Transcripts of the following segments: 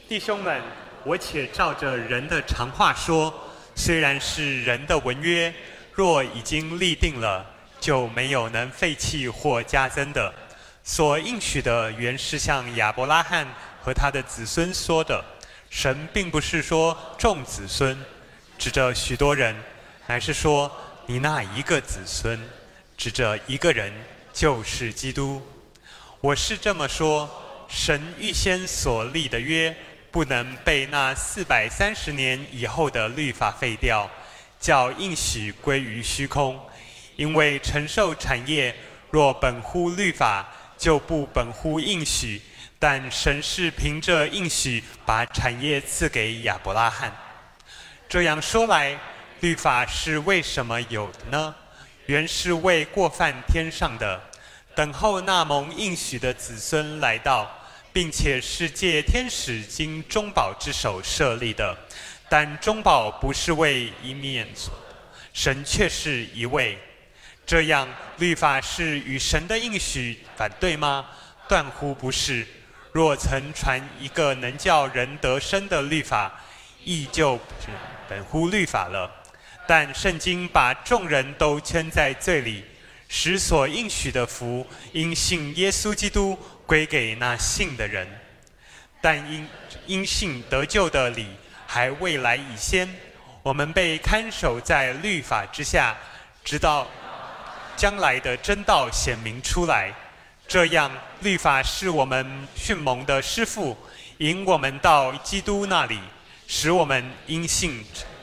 弟兄们，我且照着人的常话说，虽然是人的文约，若已经立定了，就没有能废弃或加增的。所应许的原是向亚伯拉罕和他的子孙说的。神并不是说众子孙，指着许多人，乃是说你那一个子孙，指着一个人，就是基督。我是这么说，神预先所立的约，不能被那430年以后的律法废掉，叫应许归于虚空。因为承受产业若本乎律法，就不本乎应许，但神是凭着应许把产业赐给亚伯拉罕。这样说来，律法是为什么有的呢？原是为过犯天上的，等候那蒙应许的子孙来到，并且是借天使经中保之手设立的。但中保不是为一面，神却是一位。这样，律法是与神的应许反对吗？断乎不是。若曾传一个能叫人得生的律法，亦就本乎律法了。但圣经把众人都圈在罪里，使所应许的福因信耶稣基督归给那信的人。但因信得救的理还未来以先，我们被看守在律法之下，直到将来的真道显明出来。这样，律法是我们训蒙的师傅，引我们到基督那里，使我们因信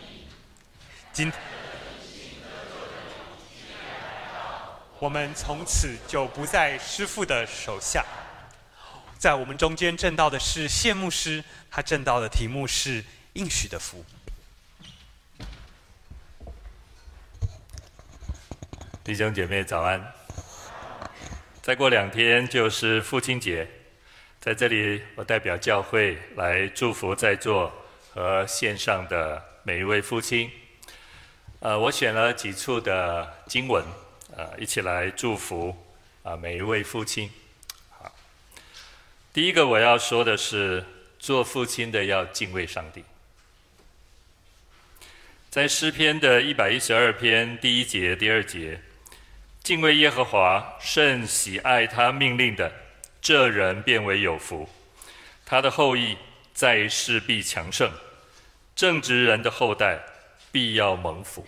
我们从此就不在师傅的手下。在我们中间证道的是谢牧师，他证道的题目是应许的福。 弟兄姐妹早安。再过2天就是父亲节，在这里我代表教会来祝福在座和线上的每一位父亲。我选了几处的经文，一起来祝福每一位父亲。第一个我要说的是，做父亲的要敬畏上帝。在诗篇的112篇第1节、第2节，敬畏耶和华，甚喜爱他命令的，这人便为有福。他的后裔在世必强盛，正直人的后代必要蒙福。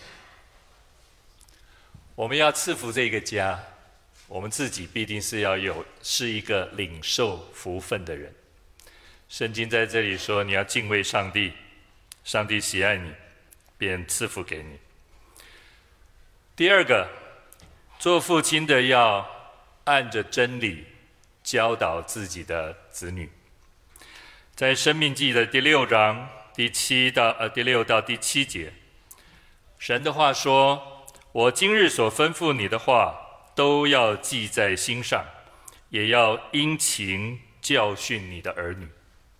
我们要赐福这个家，我们自己必定是一个领受福分的人。圣经在这里说，你要敬畏上帝，上帝喜爱你，便赐福给你。第二个，做父亲的要按着真理教导自己的子女。在申命记的第6章第6到第7节，神的话说，我今日所吩咐你的话都要记在心上，也要殷勤教训你的儿女。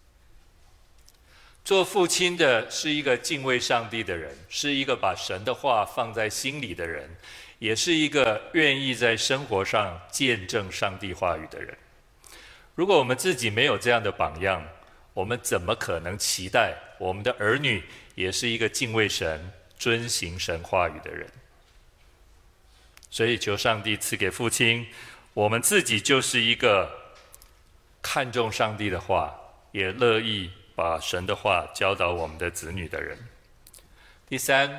做父亲的是一个敬畏上帝的人，是一个把神的话放在心里的人，也是一个愿意在生活上见证上帝话语的人。如果我们自己没有这样的榜样，我们怎么可能期待我们的儿女也是一个敬畏神、遵行神话语的人？所以求上帝赐给父亲，我们自己就是一个看重上帝的话，也乐意把神的话教导我们的子女的人。第三，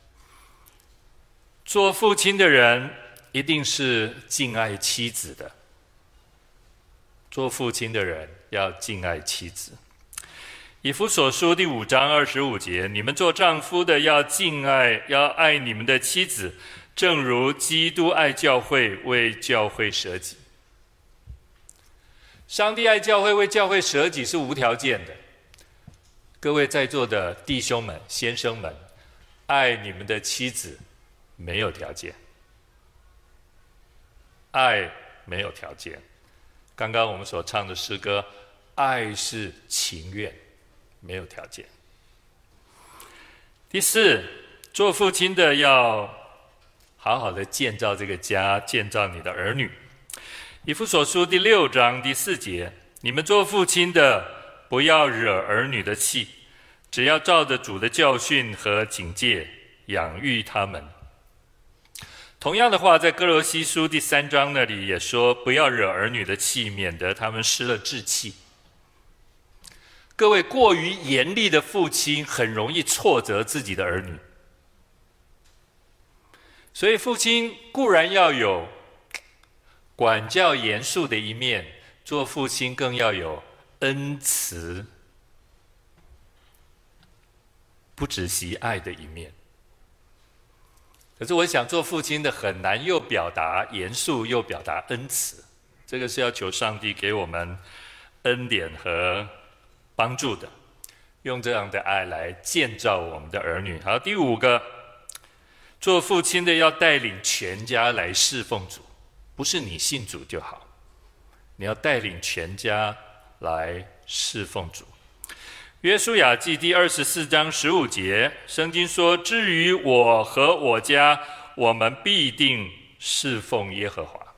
做父亲的人一定是敬爱妻子的。做父亲的人要敬爱妻子。以弗所书第5章25节，你们做丈夫的要爱你们的妻子，正如基督爱教会，为教会舍己。上帝爱教会，为教会舍己是无条件的。各位在座的弟兄们、先生们，爱你们的妻子没有条件，爱没有条件。刚刚我们所唱的诗歌，爱是情愿，没有条件。第四，做父亲的要好好的建造这个家，建造你的儿女。以弗所书第6章第4节，你们做父亲的不要惹儿女的气，只要照着主的教训和警戒养育他们。同样的话，在哥罗西书第3章那里也说，不要惹儿女的气，免得他们失了志气。各位，过于严厉的父亲很容易挫折自己的儿女，所以父亲固然要有管教严肃的一面，做父亲更要有恩慈、不止息爱的一面。可是我想，做父亲的很难又表达严肃又表达恩慈，这个是要求上帝给我们恩典和帮助的，用这样的爱来建造我们的儿女。好，第5个，做父亲的要带领全家来侍奉主，不是你信主就好，你要带领全家来侍奉主。约书亚记第24章15节，圣经说：至于我和我家，我们必定侍奉耶和华。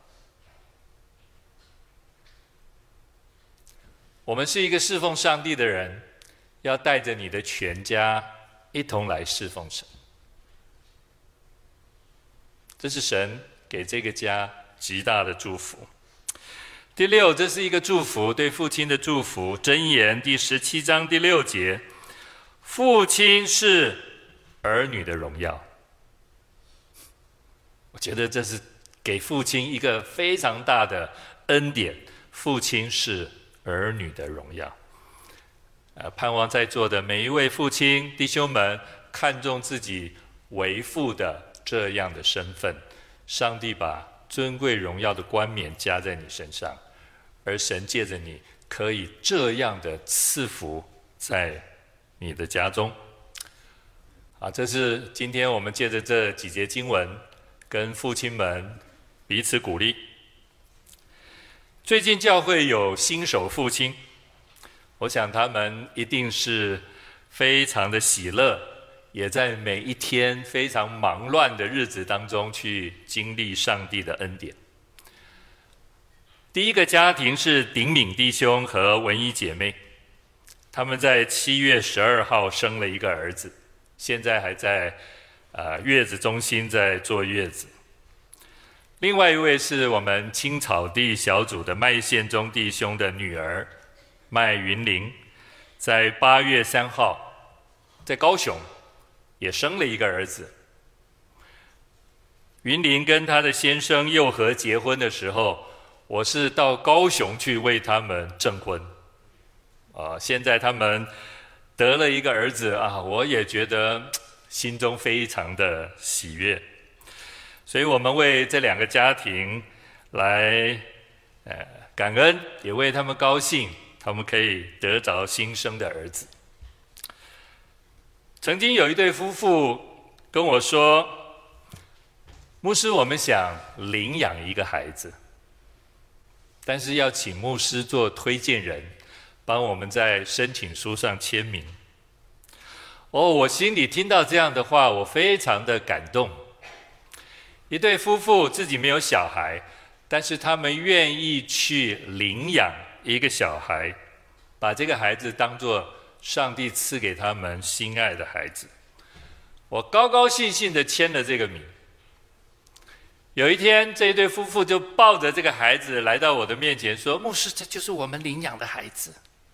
我们是一个侍奉上帝的人，要带着你的全家一同来侍奉神。这是神给这个家极大的祝福。第6，这是一个祝福，对父亲的祝福。箴言第17章第6节，父亲是儿女的荣耀。我觉得这是给父亲一个非常大的恩典，父亲是儿女的荣耀。盼望在座的每一位父亲弟兄们看重自己为父的这样的身份，上帝把尊贵荣耀的冠冕加在你身上，而神借着你可以这样的赐福在你的家中。这是今天我们借着这几节经文跟父亲们彼此鼓励。最近教会有新手父亲，我想他们一定是非常的喜乐，也在每一天非常忙乱的日子当中去经历上帝的恩典。第一个家庭是鼎敏弟兄和文怡姐妹，他们在7月12号生了一个儿子，现在还在月子中心在坐月子。另外一位是我们青草地小组的麦宪忠弟兄的女儿麦云玲，在8月3号在高雄也生了一个儿子。云玲跟她的先生佑和结婚的时候，我是到高雄去为他们证婚。现在他们得了一个儿子我也觉得心中非常的喜悦。所以我们为这2个家庭来感恩，也为他们高兴，他们可以得着新生的儿子。曾经有一对夫妇跟我说，牧师，我们想领养一个孩子，但是要请牧师做推荐人，帮我们在申请书上签名。我心里听到这样的话，我非常的感动。一对夫妇自己没有小孩，但是他们愿意去领养一个小孩，把这个孩子当作上帝赐给他们心爱的孩子。我高高兴兴地签了这个名。有一天，这一对夫妇就抱着这个孩子来到我的面前说，牧师，这就是我们领养的孩子。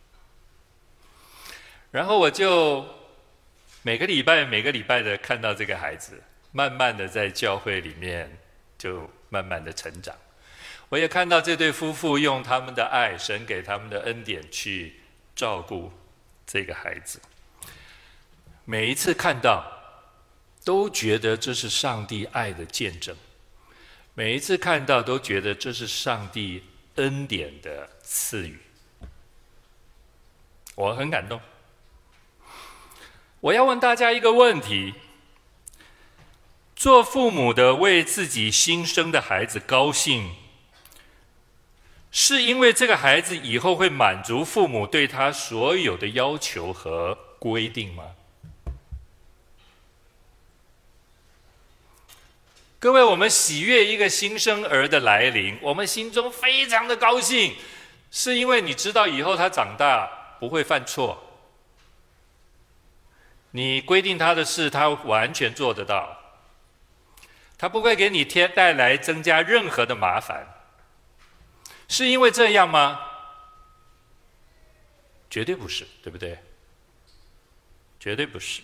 然后我就每个礼拜的看到这个孩子慢慢的在教会里面就慢慢的成长。我也看到这对夫妇用他们的爱，神给他们的恩典去照顾这个孩子。每一次看到都觉得这是上帝爱的见证，每一次看到都觉得这是上帝恩典的赐予，我很感动。我要问大家一个问题，做父母的为自己新生的孩子高兴，是因为这个孩子以后会满足父母对他所有的要求和规定吗？各位，我们喜悦一个新生儿的来临，我们心中非常的高兴，是因为你知道以后他长大不会犯错，你规定他的事，他完全做得到，他不会给你带来增加任何的麻烦。是因为这样吗？绝对不是，对不对？绝对不是。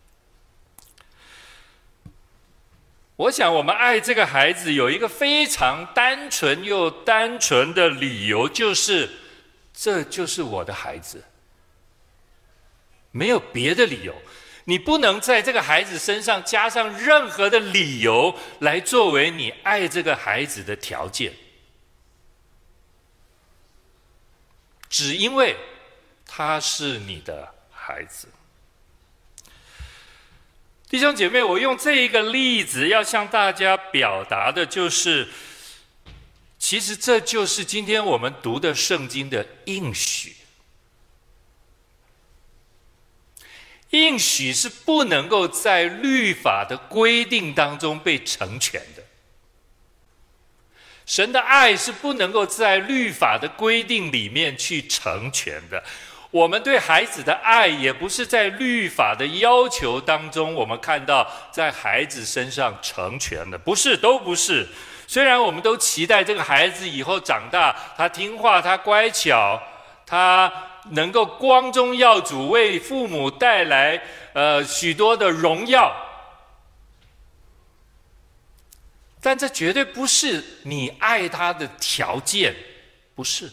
我想我们爱这个孩子有一个非常单纯又单纯的理由，就是这就是我的孩子，没有别的理由。你不能在这个孩子身上加上任何的理由来作为你爱这个孩子的条件，只因为他是你的孩子。弟兄姐妹，我用这一个例子要向大家表达的就是，其实这就是今天我们读的圣经的应许。应许是不能够在律法的规定当中被成全的，神的爱是不能够在律法的规定里面去成全的。我们对孩子的爱也不是在律法的要求当中我们看到在孩子身上成全的，不是，都不是。虽然我们都期待这个孩子以后长大，他听话，他乖巧，他能够光宗耀祖，为父母带来许多的荣耀，但这绝对不是你爱他的条件，不是。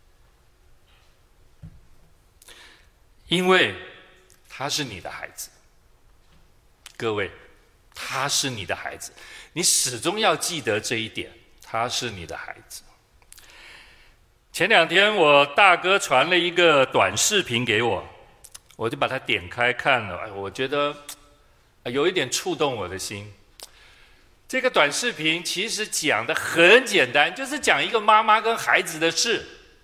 因为他是你的孩子，各位，他是你的孩子，你始终要记得这一点，他是你的孩子。前2天我大哥传了一个短视频给我，我就把它点开看了，我觉得有一点触动我的心。这个短视频其实讲的很简单，就是讲一个妈妈跟孩子的事。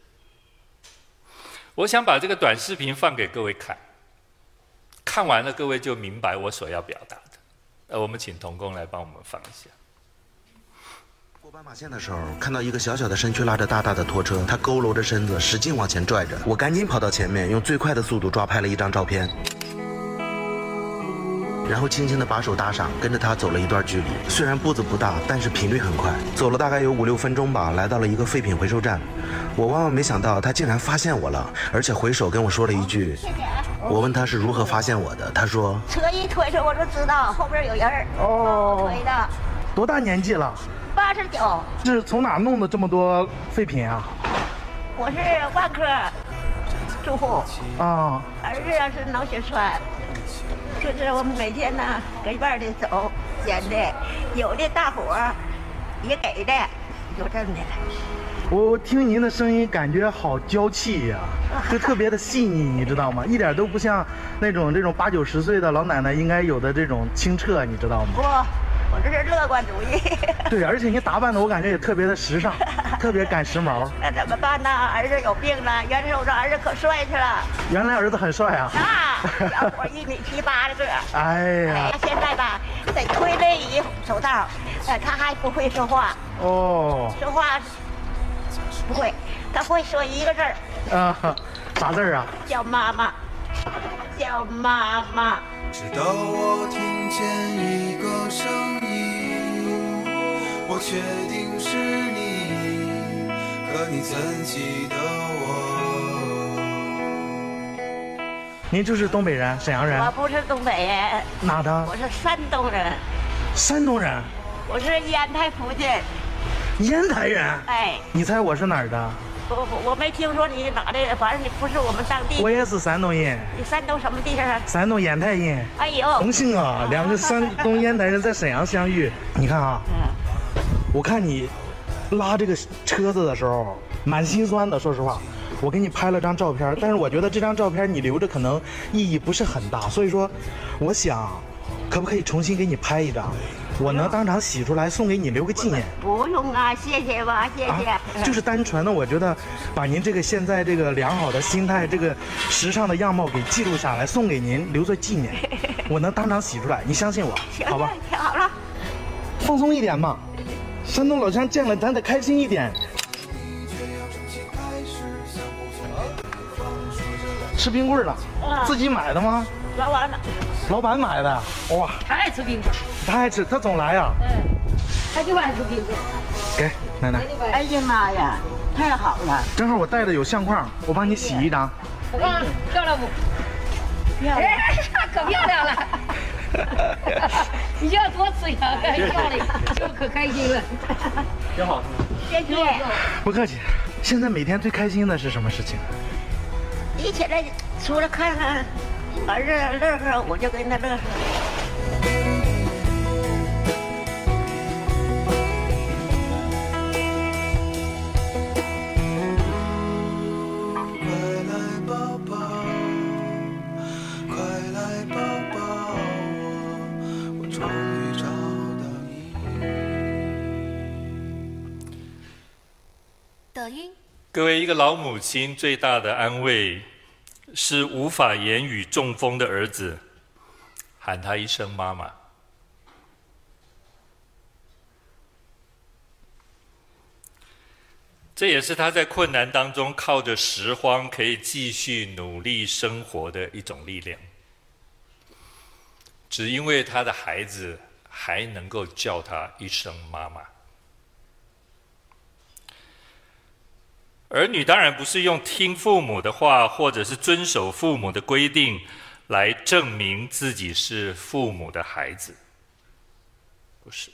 我想把这个短视频放给各位看，看完了各位就明白我所要表达的。我们请童工来帮我们放一下。 过斑马线的时候，看到一个小小的身躯拉着大大的拖车，他佝偻着身子，使劲往前拽着。我赶紧跑到前面，用最快的速度抓拍了一张照片，然后轻轻地把手搭上，跟着他走了一段距离。虽然步子不大，但是频率很快，走了大概有5、6分钟吧，来到了一个废品回收站。我万万没想到他竟然发现我了，而且回首跟我说了一句，我问他是如何发现我的，他说车一推着我就知道后边有人儿，推的。 多大年纪了 ？89。 是从哪弄的这么多废品啊？ 我是万科住户啊。 儿子是脑血栓，就是我们每天呢跟院里走捡的，有的大伙也给的，就这么的。 我听您的声音感觉好娇气呀，就特别的细腻，你知道吗？一点都不像那种这种8、90岁的老奶奶应该有的这种清澈，你知道吗？ 不，我这是乐观主义。 对，而且您打扮的我感觉也特别的时尚，特别赶时髦。 那怎么办呢？儿子有病了，原来我这儿子可帅去了。 原来儿子很帅啊！ 小伙1.78米的个。 哎呀， 现在吧得推内衣手套，他还不会说话。 哦。 说话不会，他会说一个字儿。 啊，啥字儿啊？ 叫妈妈，叫妈妈。 直到我听见一个声音，我确定是你，可你怎记得我？ 您就是东北人，沈阳人？ 我不是东北人。 哪的？ 我是山东人。 山东人？ 我是烟台附近。 烟台人？ 哎。 你猜我是哪儿的？ 我没听说你哪的，反正你不是我们当地。 我也是山东人。 你山东什么地方啊？ 山东烟台人。 哎呦， 荣幸啊，2个山东烟台人在沈阳相遇。你看啊，我看你拉这个车子的时候蛮心酸的，说实话。我给你拍了张照片，但是我觉得这张照片你留着可能意义不是很大，所以说，我想，可不可以重新给你拍一张？我能当场洗出来送给你留个纪念。 不用啊，谢谢吧，谢谢。 就是单纯的，我觉得把您这个现在这个良好的心态、这个时尚的样貌给记录下来，送给您留作纪念。我能当场洗出来，你相信我，好吧？ 挺好了， 放松一点嘛。山东老乡见了，咱得开心一点。 吃冰棍了，自己买的吗？ 老板的。 老板买的，哇！ 他爱吃冰棍， 他爱吃，他总来呀。 他就爱吃冰棍。 给奶奶。 哎呀妈呀，太好了！ 正好我带的有相框，我帮你洗一张。 我看漂亮不？ 漂亮， 可漂亮了。你就要多吃呀，要嘞，就可开心了。 挺好谢谢。 不客气。现在每天最开心的是什么事情？ 一起来出来看看儿子乐呵，我就跟他乐呵。 抖音。 各位，一个老母亲最大的安慰是无法言语中风的儿子喊他一声妈妈。这也是他在困难当中靠着拾荒可以继续努力生活的一种力量。只因为他的孩子还能够叫他一声妈妈。儿女当然不是用听父母的话或者是遵守父母的规定来证明自己是父母的孩子，不是。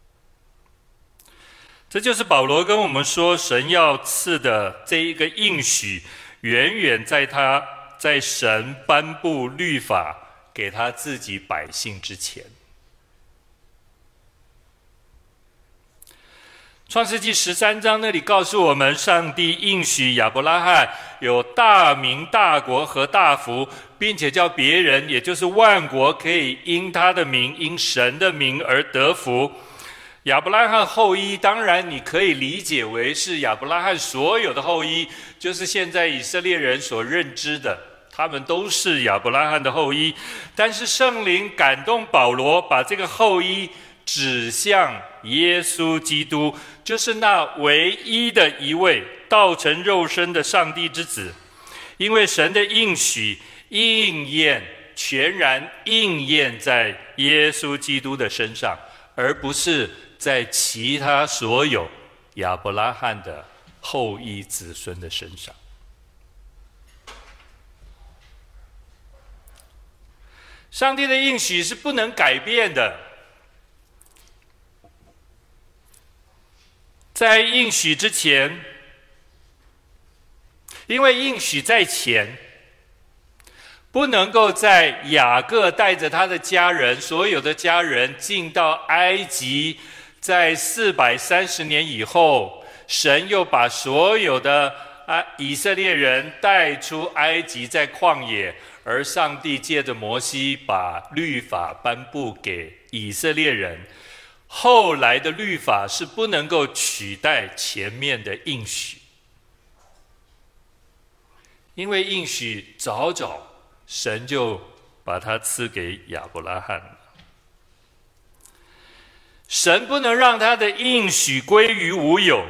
这就是保罗跟我们说，神要赐的这一个应许，远远在神颁布律法给他自己百姓之前。创世纪13章那里告诉我们，上帝应许亚伯拉罕有大名大国和大福，并且叫别人，也就是万国可以因他的名，因神的名而得福。亚伯拉罕后裔，当然你可以理解为是亚伯拉罕所有的后裔，就是现在以色列人所认知的，他们都是亚伯拉罕的后裔。但是圣灵感动保罗，把这个后裔指向耶稣基督，就是那唯一的一位道成肉身的上帝之子。因为神的应许全然应验在耶稣基督的身上，而不是在其他所有亚伯拉罕的后裔子孙的身上。上帝的应许是不能改变的。在应许之前，因为应许在前，不能够在雅各带着他的家人，所有的家人进到埃及，在430年以后，神又把所有的以色列人带出埃及，在旷野，而上帝借着摩西把律法颁布给以色列人。后来的律法是不能够取代前面的应许，因为应许早神就把它赐给亚伯拉罕了。神不能让他的应许归于无有，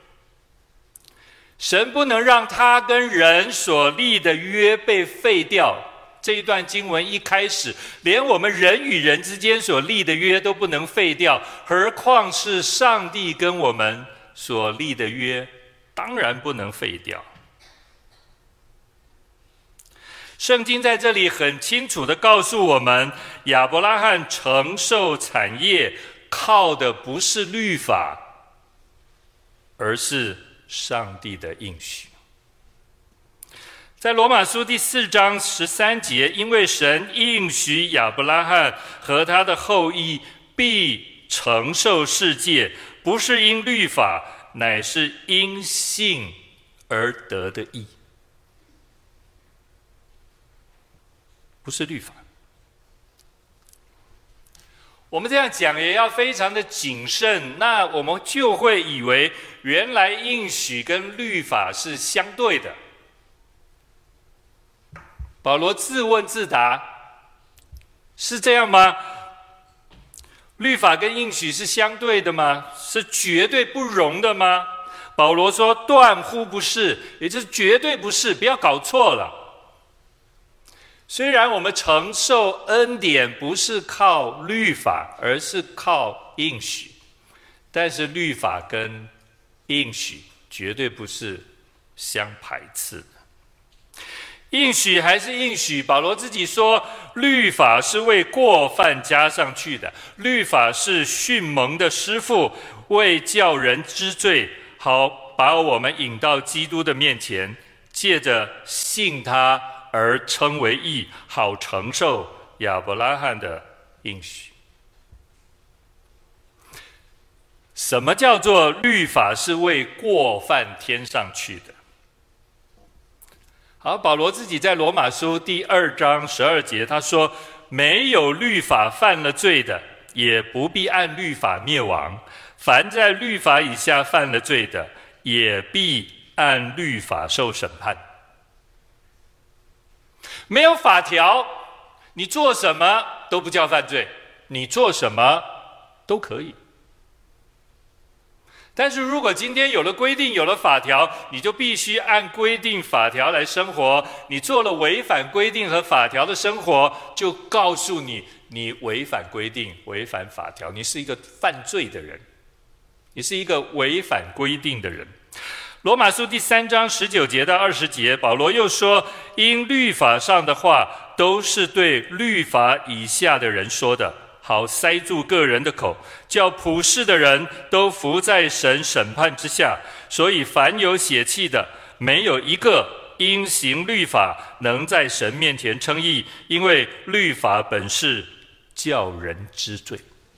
神不能让他跟人所立的约被废掉。这一段经文一开始，连我们人与人之间所立的约都不能废掉，何况是上帝跟我们所立的约，当然不能废掉。圣经在这里很清楚地告诉我们，亚伯拉罕承受产业靠的不是律法，而是上帝的应许。在罗马书第4章13节，因为神应许亚伯拉罕和他的后裔必承受世界，不是因律法，乃是因信而得的义。不是律法。我们这样讲也要非常的谨慎，那我们就会以为原来应许跟律法是相对的。保罗自问自答，是这样吗？律法跟应许是相对的吗？是绝对不容的吗？保罗说断乎不是，也就是绝对不是，不要搞错了。 虽然我们承受恩典不是靠律法，而是靠应许，但是律法跟应许绝对不是相排斥的。应许还是应许，保罗自己说，律法是为过犯加上去的，律法是训蒙的师傅，为叫人知罪，好把我们引到基督的面前，借着信他而称为义，好承受亚伯拉罕的应许。什么叫做律法是为过犯添上去的？好，保罗自己在罗马书第2章12节，他说，没有律法犯了罪的，也不必按律法灭亡，凡在律法以下犯了罪的，也必按律法受审判。没有法条，你做什么都不叫犯罪，你做什么都可以。但是如果今天有了规定，有了法条，你就必须按规定法条来生活。你做了违反规定和法条的生活，就告诉你，你违反规定，违反法条，你是一个犯罪的人，你是一个违反规定的人。罗马书第3章19节到20节，保罗又说，因律法上的话都是对律法以下的人说的，好塞住个人的口，叫普世的人都伏在神审判之下。所以凡有血气的，没有一个因行律法能在神面前称义，因为律法本是叫人知罪。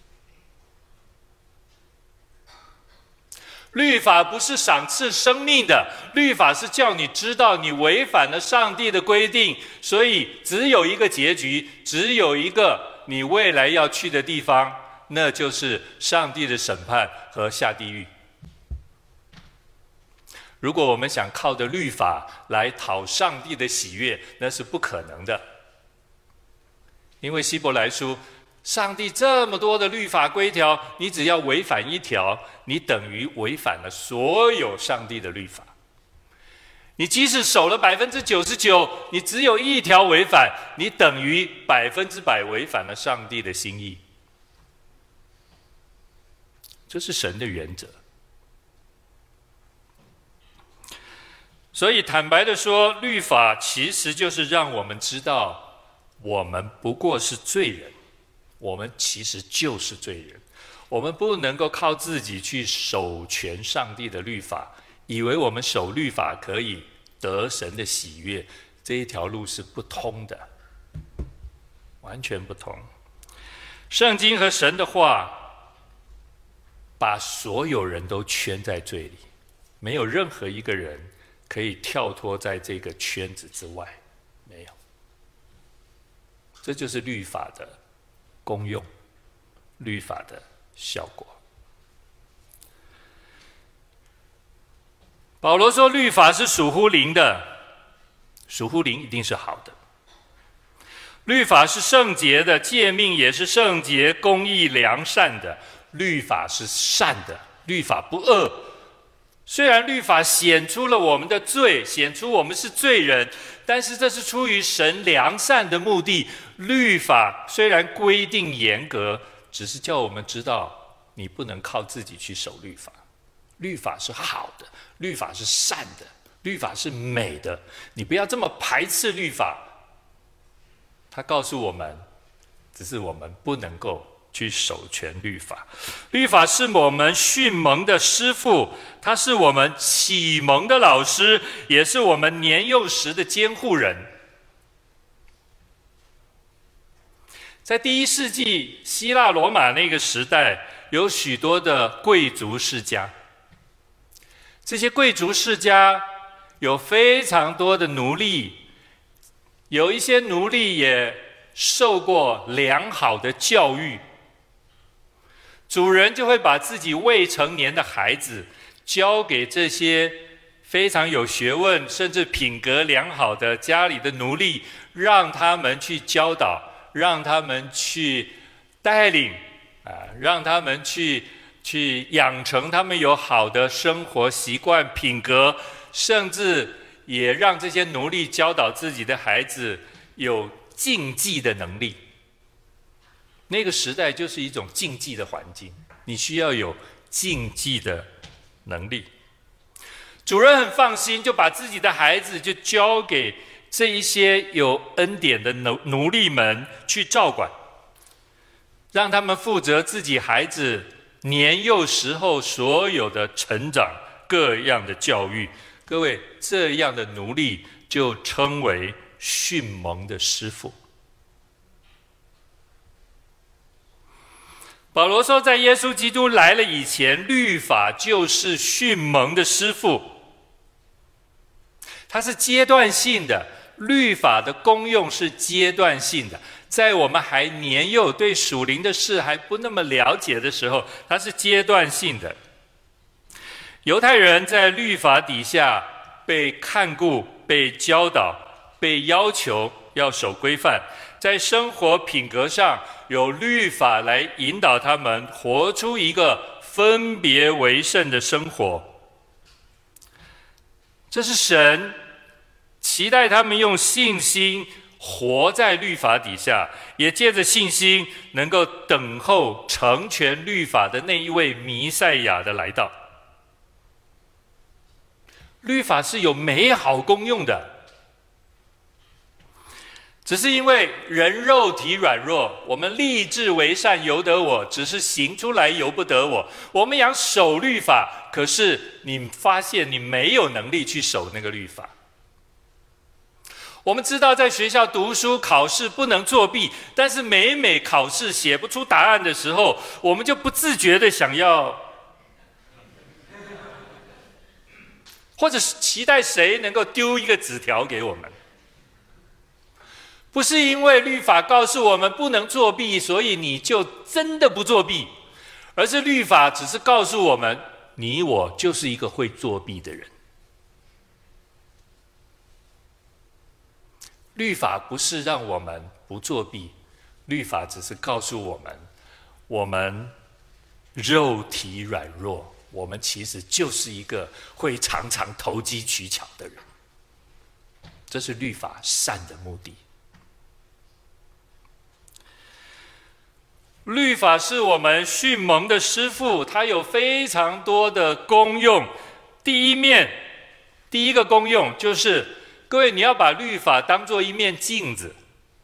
律法不是赏赐生命的，律法是叫你知道你违反了上帝的规定，所以只有一个结局，只有一个你未来要去的地方，那就是上帝的审判和下地狱。如果我们想靠着律法来讨上帝的喜悦，那是不可能的。因为希伯来书，上帝这么多的律法规条，你只要违反一条，你等于违反了所有上帝的律法。你即使守了99%，你只有一条违反，你等于100%违反了上帝的心意。这是神的原则。所以坦白的说，律法其实就是让我们知道，我们不过是罪人，我们其实就是罪人。我们不能够靠自己去守全上帝的律法，以为我们守律法可以得神的喜悦，这一条路是不通的，完全不通。圣经和神的话把所有人都圈在罪里，没有任何一个人可以跳脱在这个圈子之外，没有。这就是律法的功用，律法的效果。保罗说，律法是属乎灵的，属乎灵一定是好的。律法是圣洁的，诫命也是圣洁、公义、良善的。律法是善的，律法不恶。虽然律法显出了我们的罪，显出我们是罪人，但是这是出于神良善的目的。律法虽然规定严格，只是叫我们知道，你不能靠自己去守律法。律法是好的，律法是善的，律法是美的，你不要这么排斥律法。他告诉我们，只是我们不能够去守全律法。律法是我们训蒙的师傅，他是我们启蒙的老师，也是我们年幼时的监护人。在第1世纪希腊罗马那个时代，有许多的贵族世家，这些贵族世家有非常多的奴隶，有一些奴隶也受过良好的教育，主人就会把自己未成年的孩子交给这些非常有学问甚至品格良好的家里的奴隶，让他们去教导，让他们去带领，让他们去养成他们有好的生活习惯品格，甚至也让这些奴隶教导自己的孩子有竞技的能力。那个时代就是一种竞技的环境，你需要有竞技的能力。主人很放心，就把自己的孩子就交给这一些有恩典的奴隶们去照管，让他们负责自己孩子年幼时候所有的成长，各样的教育。各位，这样的奴隶就称为训蒙的师傅。保罗说，在耶稣基督来了以前，律法就是训蒙的师傅，它是阶段性的，律法的功用是阶段性的。在我们还年幼，对属灵的事还不那么了解的时候，它是阶段性的。犹太人在律法底下被看顾、被教导、被要求要守规范，在生活品格上有律法来引导他们活出一个分别为圣的生活。这是神期待他们用信心活在律法底下，也借着信心能够等候成全律法的那一位弥赛亚的来到。律法是有美好功用的，只是因为人肉体软弱，我们立志为善由得我，只是行出来由不得我。我们想守律法，可是你发现你没有能力去守那个律法。我们知道在学校读书考试不能作弊，但是每考试写不出答案的时候，我们就不自觉的想要，或者是期待谁能够丢一个纸条给我们。不是因为律法告诉我们不能作弊，所以你就真的不作弊，而是律法只是告诉我们，你我就是一个会作弊的人。律法不是让我们不作弊，律法只是告诉我们，我们肉体软弱，我们其实就是一个会常常投机取巧的人。这是律法善的目的。律法是我们训蒙的师傅，它有非常多的功用。第一个功用就是，各位，你要把律法当作一面镜子。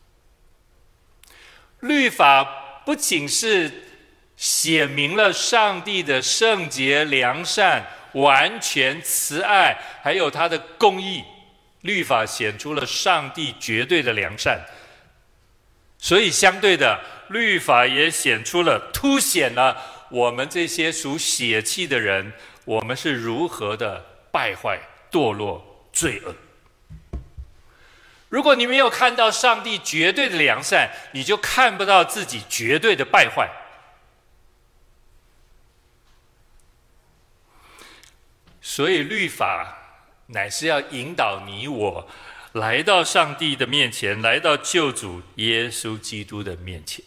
律法不仅是写明了上帝的圣洁、良善、完全、慈爱，还有他的公义。律法显出了上帝绝对的良善，所以相对的，律法也凸显了我们这些属血气的人，我们是如何的败坏、堕落、罪恶。如果你没有看到上帝绝对的良善，你就看不到自己绝对的败坏。所以律法乃是要引导你我来到上帝的面前，来到救主耶稣基督的面前，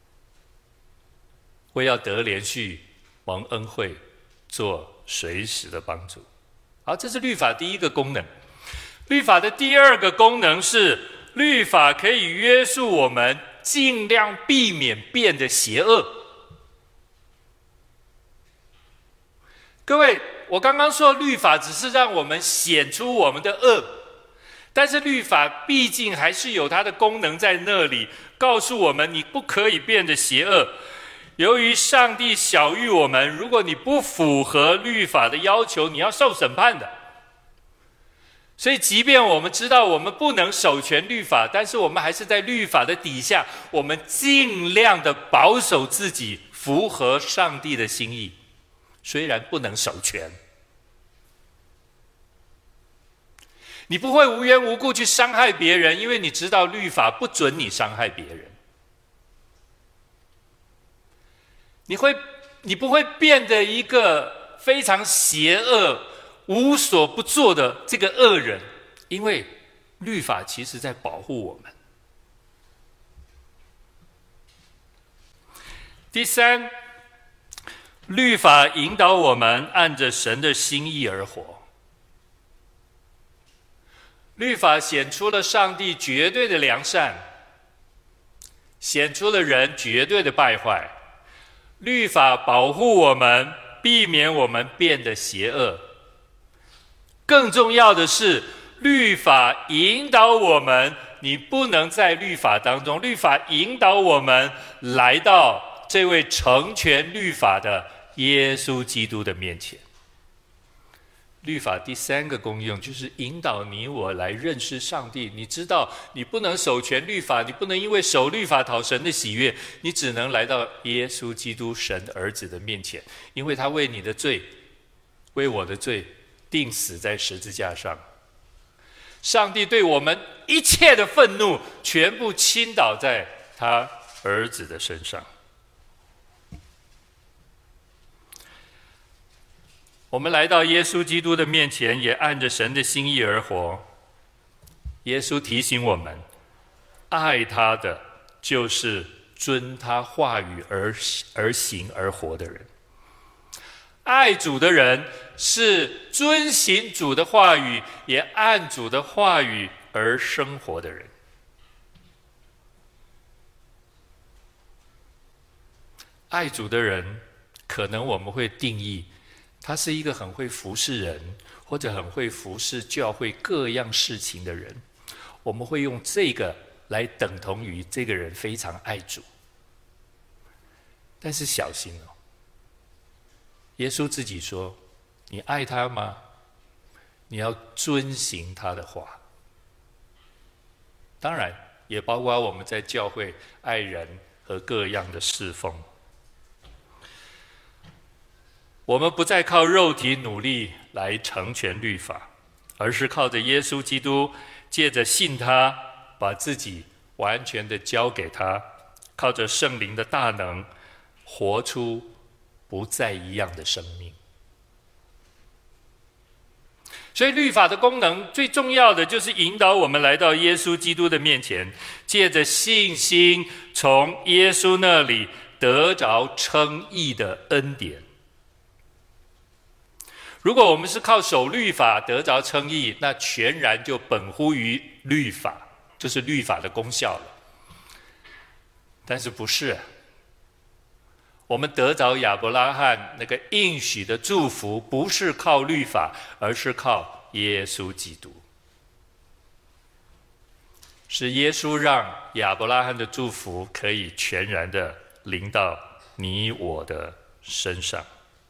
为要得连续蒙恩惠，做随时的帮助。好，这是律法第一个功能。律法的第二个功能是，律法可以约束我们，尽量避免变得邪恶。各位，我刚刚说律法只是让我们显出我们的恶，但是律法毕竟还是有它的功能在那里，告诉我们你不可以变得邪恶。由于上帝晓谕我们，如果你不符合律法的要求，你要受审判的。所以即便我们知道我们不能守全律法，但是我们还是在律法的底下，我们尽量的保守自己，符合上帝的心意，虽然不能守全。你不会无缘无故去伤害别人，因为你知道律法不准你伤害别人。你不会变得一个非常邪恶、无所不做的这个恶人，因为律法其实在保护我们。第三，律法引导我们按着神的心意而活。律法显出了上帝绝对的良善， 显出了人绝对的败坏。律法保护我们，避免我们变得邪恶。更重要的是，律法引导我们，你不能在律法当中，律法引导我们来到这位成全律法的耶稣基督的面前。律法第三个功用就是引导你我来认识上帝。你知道你不能守全律法，你不能因为守律法讨神的喜悦，你只能来到耶稣基督神儿子的面前，因为他为你的罪，为我的罪钉死在十字架上。上帝对我们一切的愤怒全部倾倒在他儿子的身上。我们来到耶稣基督的面前，也按着神的心意而活。耶稣提醒我们，爱他的就是遵他话语而行而活的人。爱主的人是遵行主的话语，也按主的话语而生活的人。爱主的人，可能我们会定义他是一个很会服侍人，或者很会服侍教会各样事情的人，我们会用这个来等同于这个人非常爱主。但是小心哦，耶稣自己说，你爱他吗？你要遵行他的话。当然也包括我们在教会爱人和各样的侍奉。我们不再靠肉体努力来成全律法，而是靠着耶稣基督，借着信他，把自己完全的交给他，靠着圣灵的大能，活出不再一样的生命。所以律法的功能最重要的就是引导我们来到耶稣基督的面前，借着信心从耶稣那里得着称义的恩典。如果我们是靠守律法得着称义，那全然就本乎于律法，就是律法的功效了。但是不是，我们得着亚伯拉罕那个应许的祝福，不是靠律法，而是靠耶稣基督。是耶稣让亚伯拉罕的祝福可以全然的临到你我的身上。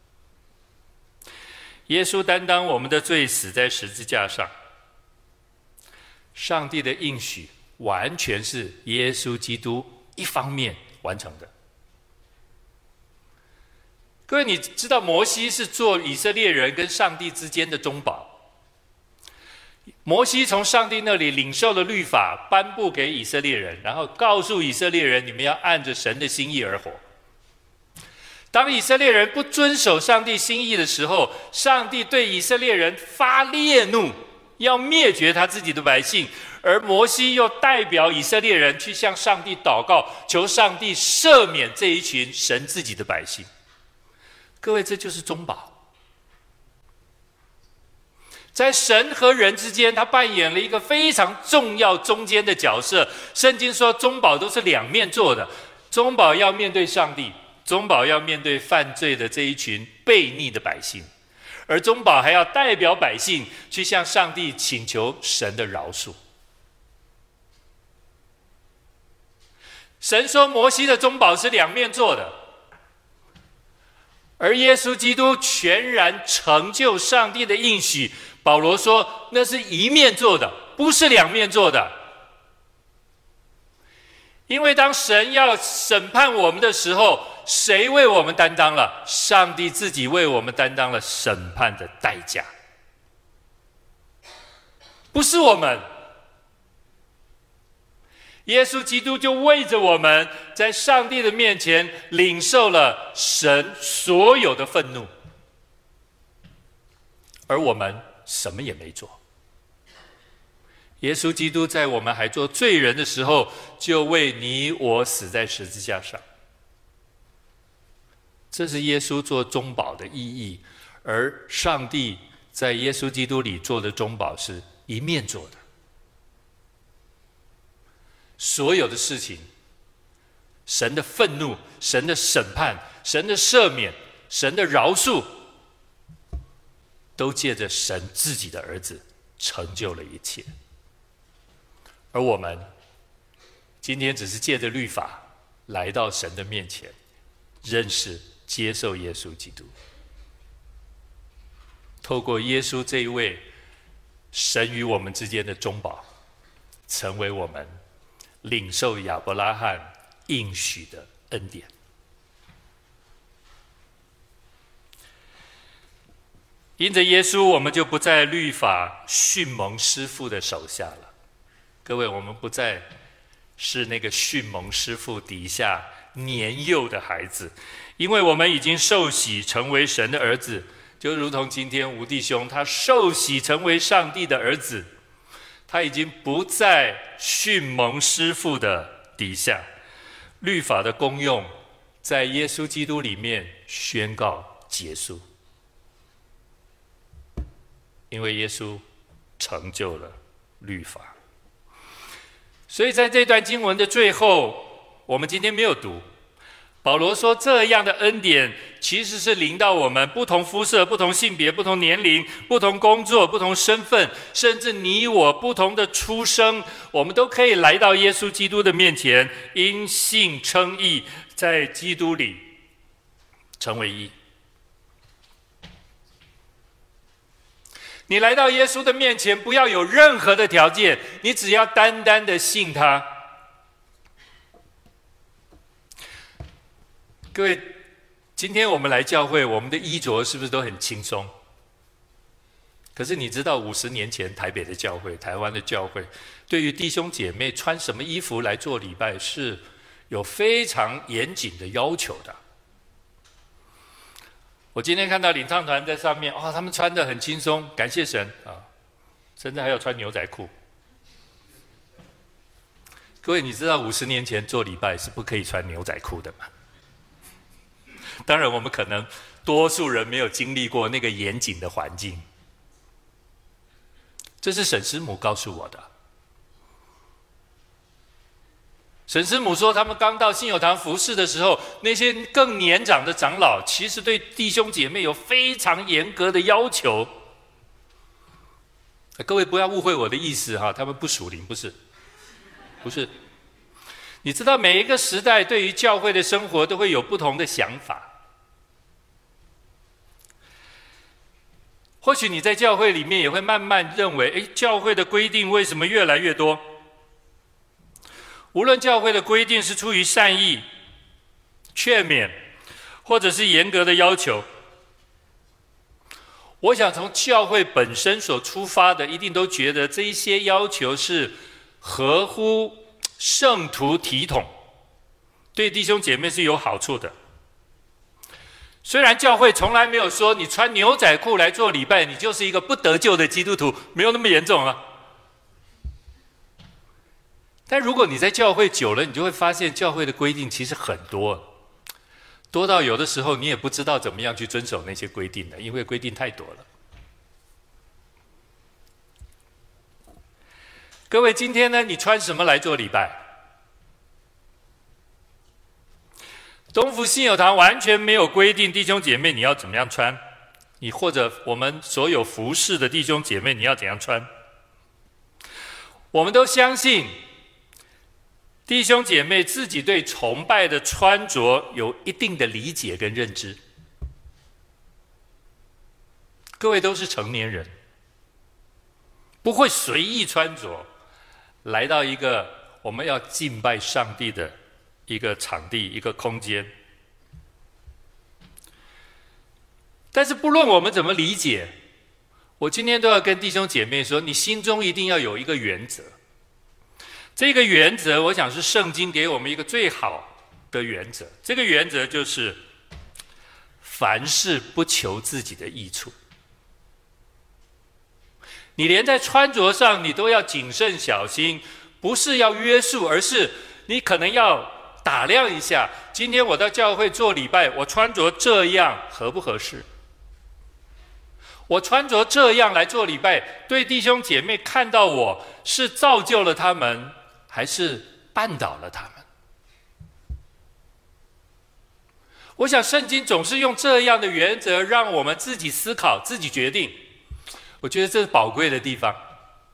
耶稣担当我们的罪，死在十字架上。上帝的应许完全是耶稣基督一方面完成的。各位，你知道摩西是做以色列人跟上帝之间的中保。摩西从上帝那里领受了律法，颁布给以色列人，然后告诉以色列人，你们要按着神的心意而活。当以色列人不遵守上帝心意的时候，上帝对以色列人发烈怒，要灭绝他自己的百姓，而摩西又代表以色列人去向上帝祷告，求上帝赦免这一群神自己的百姓。各位，这就是中保。在神和人之间，他扮演了一个非常重要中间的角色。圣经说中保都是两面做的，中保要面对上帝，中保要面对犯罪的这一群悖逆的百姓，而中保还要代表百姓去向上帝请求神的饶恕。神说摩西的中保是两面做的，而耶稣基督全然成就上帝的应许。保罗说那是一面做的，不是两面做的。因为当神要审判我们的时候，谁为我们担当了？上帝自己为我们担当了审判的代价，不是我们。耶稣基督就为着我们在上帝的面前领受了神所有的愤怒，而我们什么也没做。耶稣基督在我们还做罪人的时候，就为你我死在十字架上。这是耶稣做中保的意义，而上帝在耶稣基督里做的中保是一面做的。所有的事情神的愤怒、神的审判、神的赦免、神的饶恕，都借着神自己的儿子成就了一切。而我们今天只是借着律法来到神的面前，认识、接受耶稣基督。透过耶稣这一位神与我们之间的中保，成为我们领受亚伯拉罕应许的恩典。因着耶稣，我们就不在律法训蒙师傅的手下了。各位，我们不再是那个训蒙师傅底下年幼的孩子，因为我们已经受洗成为神的儿子，就如同今天吴弟兄他受洗成为上帝的儿子，他已经不在训蒙师傅的底下。律法的功用在耶稣基督里面宣告结束，因为耶稣成就了律法。所以在这段经文的最后，我们今天没有读，保罗说这样的恩典其实是临到我们不同肤色、不同性别、不同年龄、不同工作、不同身份，甚至你我不同的出生，我们都可以来到耶稣基督的面前，因信称义，在基督里成为义。你来到耶稣的面前，不要有任何的条件，你只要单单的信他。各位，今天我们来教会，我们的衣着是不是都很轻松？可是你知道50年前台北的教会、台湾的教会，对于弟兄姐妹穿什么衣服来做礼拜是有非常严谨的要求的。我今天看到领唱团在上面，他们穿得很轻松，感谢神啊！甚至还有穿牛仔裤。各位，你知道50年前做礼拜是不可以穿牛仔裤的吗？当然，我们可能多数人没有经历过那个严谨的环境。这是沈师母告诉我的。沈师母说，他们刚到信友堂服侍的时候，那些更年长的长老其实对弟兄姐妹有非常严格的要求。各位不要误会我的意思哈，他们不属灵，不是。你知道每一个时代对于教会的生活都会有不同的想法。或许你在教会里面也会慢慢认为，教会的规定为什么越来越多？无论教会的规定是出于善意、劝勉，或者是严格的要求，我想从教会本身所出发的，一定都觉得这一些要求是合乎圣徒体统，对弟兄姐妹是有好处的。虽然教会从来没有说你穿牛仔裤来做礼拜，你就是一个不得救的基督徒，没有那么严重啊。但如果你在教会久了，你就会发现教会的规定其实很多，多到有的时候你也不知道怎么样去遵守那些规定了，因为规定太多了。各位，今天呢，你穿什么来做礼拜？东福信友堂完全没有规定弟兄姐妹你要怎么样穿，你或者我们所有服侍的弟兄姐妹你要怎样穿。我们都相信弟兄姐妹自己对崇拜的穿着有一定的理解跟认知。各位都是成年人，不会随意穿着来到一个我们要敬拜上帝的一个场地、一个空间。但是不论我们怎么理解，我今天都要跟弟兄姐妹说，你心中一定要有一个原则。这个原则，我想是圣经给我们一个最好的原则。这个原则就是，凡事不求自己的益处。你连在穿着上，你都要谨慎小心，不是要约束，而是你可能要打量一下，今天我到教会做礼拜，我穿着这样合不合适？我穿着这样来做礼拜，对弟兄姐妹看到我是造就了他们，还是绊倒了他们？ 我想圣经总是用这样的原则让我们自己思考、自己决定。我觉得这是宝贵的地方。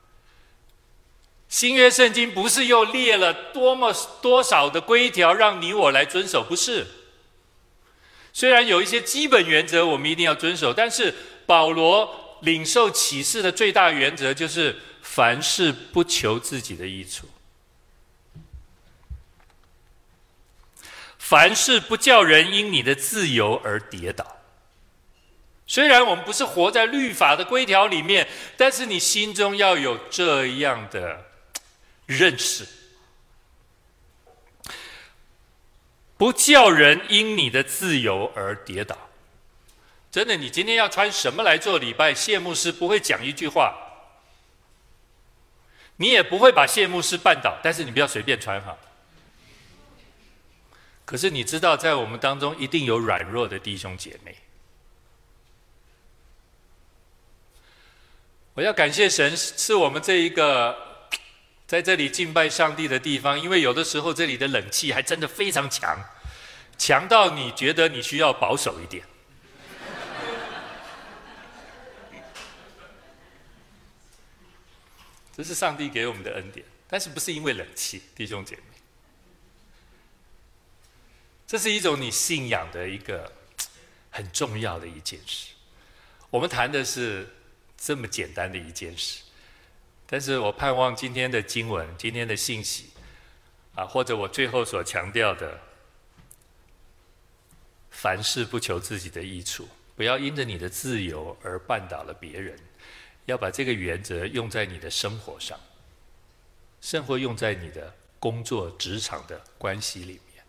新约圣经不是又列了多少的规条让你我来遵守，不是。虽然有一些基本原则我们一定要遵守，但是保罗领受启示的最大原则就是凡事不求自己的益处，凡事不叫人因你的自由而跌倒。虽然我们不是活在律法的规条里面，但是你心中要有这样的认识，不叫人因你的自由而跌倒。真的，你今天要穿什么来做礼拜，谢牧师不会讲一句话，你也不会把谢牧师绊倒，但是你不要随便穿哈。可是你知道，在我们当中一定有软弱的弟兄姐妹。我要感谢神是我们这一个在这里敬拜上帝的地方，因为有的时候这里的冷气还真的非常强，强到你觉得你需要保守一点。这是上帝给我们的恩典，但是不是因为冷气，弟兄姐妹，这是一种你信仰的一个很重要的一件事。我们谈的是这么简单的一件事，但是我盼望今天的经文、今天的信息或者我最后所强调的，凡事不求自己的益处，不要因着你的自由而绊倒了别人，要把这个原则用在你的生活上，甚或用在你的工作、职场的关系里面。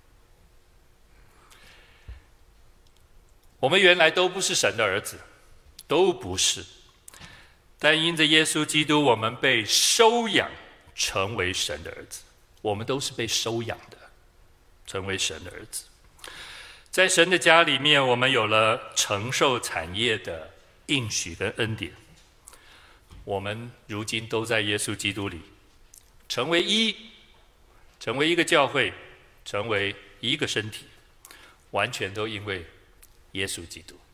我们原来都不是神的儿子，都不是。但因着耶稣基督，我们被收养成为神的儿子。我们都是被收养的，成为神的儿子。在神的家里面，我们有了承受产业的应许跟恩典。我们如今都在耶稣基督里，成为一个教会，成为一个身体，完全都因为耶稣基督。